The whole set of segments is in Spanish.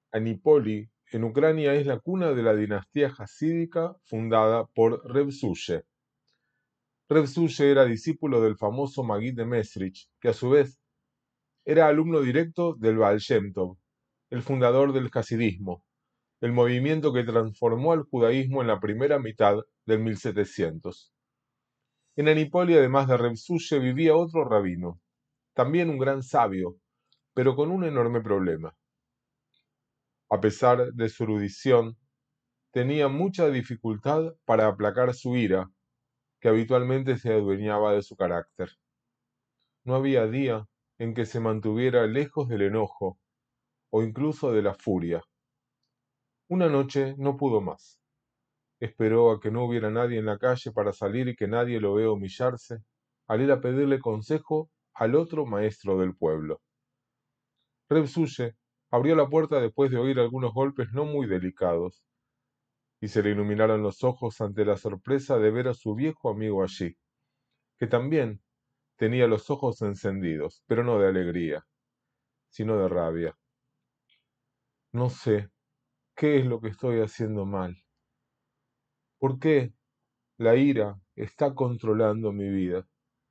Anipoli, en Ucrania, es la cuna de la dinastía jasídica fundada por Reb Sulle. Reb Sulle era discípulo del famoso Magid de Mesrich, que a su vez era alumno directo del Baal Shem Tov, el fundador del hasidismo, el movimiento que transformó al judaísmo en la primera mitad del 1700. En Anipoli, además de Reb Sulle, vivía otro rabino, también un gran sabio, pero con un enorme problema. A pesar de su erudición, tenía mucha dificultad para aplacar su ira, que habitualmente se adueñaba de su carácter. No había día en que se mantuviera lejos del enojo o incluso de la furia. Una noche no pudo más. Esperó a que no hubiera nadie en la calle para salir y que nadie lo vea humillarse, al ir a pedirle consejo al otro maestro del pueblo. Reb Sulle abrió la puerta después de oír algunos golpes no muy delicados, y se le iluminaron los ojos ante la sorpresa de ver a su viejo amigo allí, que también tenía los ojos encendidos, pero no de alegría, sino de rabia. No sé qué es lo que estoy haciendo mal. ¿Por qué la ira está controlando mi vida?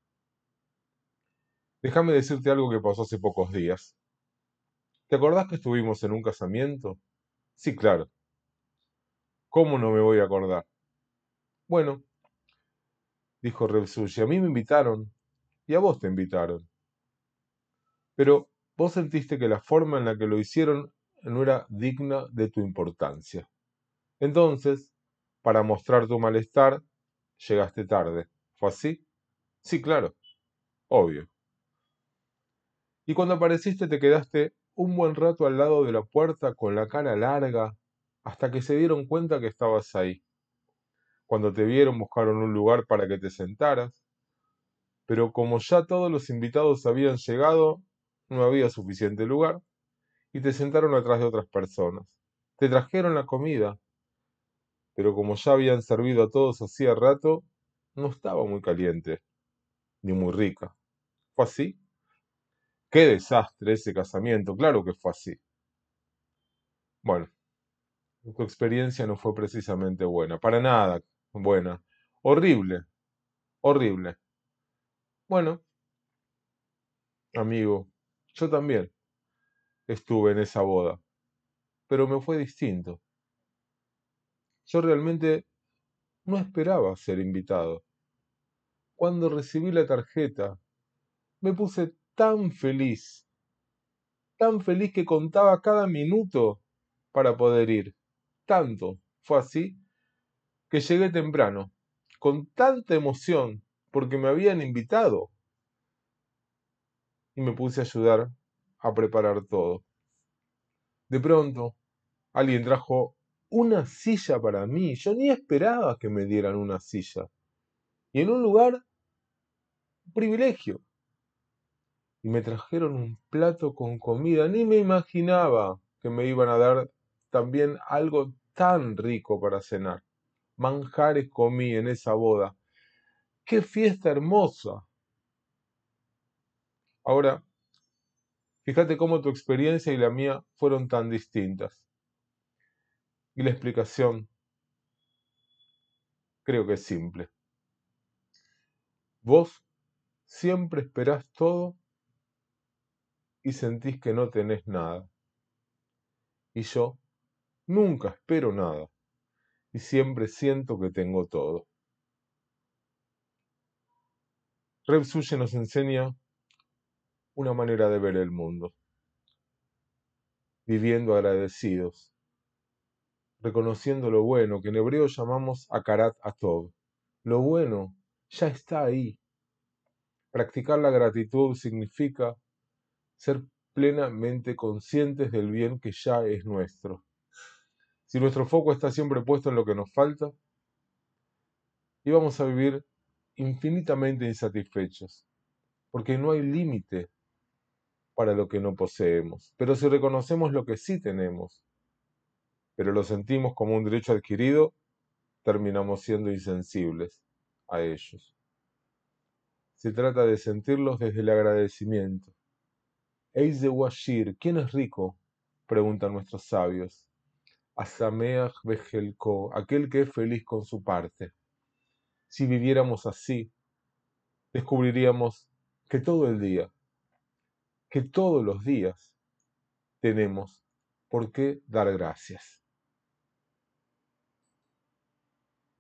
Déjame decirte algo que pasó hace pocos días. ¿Te acordás que estuvimos en un casamiento? Sí, claro. ¿Cómo no me voy a acordar? Bueno, dijo Rebsushi, a mí me invitaron y a vos te invitaron. Pero vos sentiste que la forma en la que lo hicieron no era digna de tu importancia. Entonces, para mostrar tu malestar, llegaste tarde. ¿Fue así? Sí, claro, obvio. Y cuando apareciste te quedaste un buen rato al lado de la puerta con la cara larga, hasta que se dieron cuenta que estabas ahí. Cuando te vieron buscaron un lugar para que te sentaras, pero como ya todos los invitados habían llegado, no había suficiente lugar, y te sentaron atrás de otras personas. Te trajeron la comida, pero como ya habían servido a todos hacía rato, no estaba muy caliente, ni muy rica. ¿Fue así? ¡Qué desastre ese casamiento! Claro que fue así. Bueno, tu experiencia no fue precisamente buena, para nada buena. Horrible, horrible. Bueno, amigo, yo también estuve en esa boda, pero me fue distinto. Yo realmente no esperaba ser invitado. Cuando recibí la tarjeta, me puse tan feliz que contaba cada minuto para poder ir. Tanto fue así que llegué temprano, con tanta emoción, porque me habían invitado, y me puse a ayudar a preparar todo. De pronto, alguien trajo una silla para mí. Yo ni esperaba que me dieran una silla. Y en un lugar, un privilegio. Y me trajeron un plato con comida. Ni me imaginaba que me iban a dar también algo tan rico para cenar. Manjares comí en esa boda. ¡Qué fiesta hermosa! Ahora, fíjate cómo tu experiencia y la mía fueron tan distintas. Y la explicación creo que es simple. Vos siempre esperás todo y sentís que no tenés nada. Y yo nunca espero nada y siempre siento que tengo todo. Reb Suye nos enseña una manera de ver el mundo, viviendo agradecidos, reconociendo lo bueno que en hebreo llamamos akarat atov. Lo bueno ya está ahí. Practicar la gratitud significa ser plenamente conscientes del bien que ya es nuestro. Si nuestro foco está siempre puesto en lo que nos falta, íbamos a vivir infinitamente insatisfechos, porque no hay límite para lo que no poseemos. Pero si reconocemos lo que sí tenemos, pero lo sentimos como un derecho adquirido, terminamos siendo insensibles a ellos. Se trata de sentirlos desde el agradecimiento. Eis de Washir, ¿quién es rico? preguntan nuestros sabios. Asameach bejelko, aquel que es feliz con su parte. Si viviéramos así, descubriríamos que todo el día, que todos los días tenemos por qué dar gracias.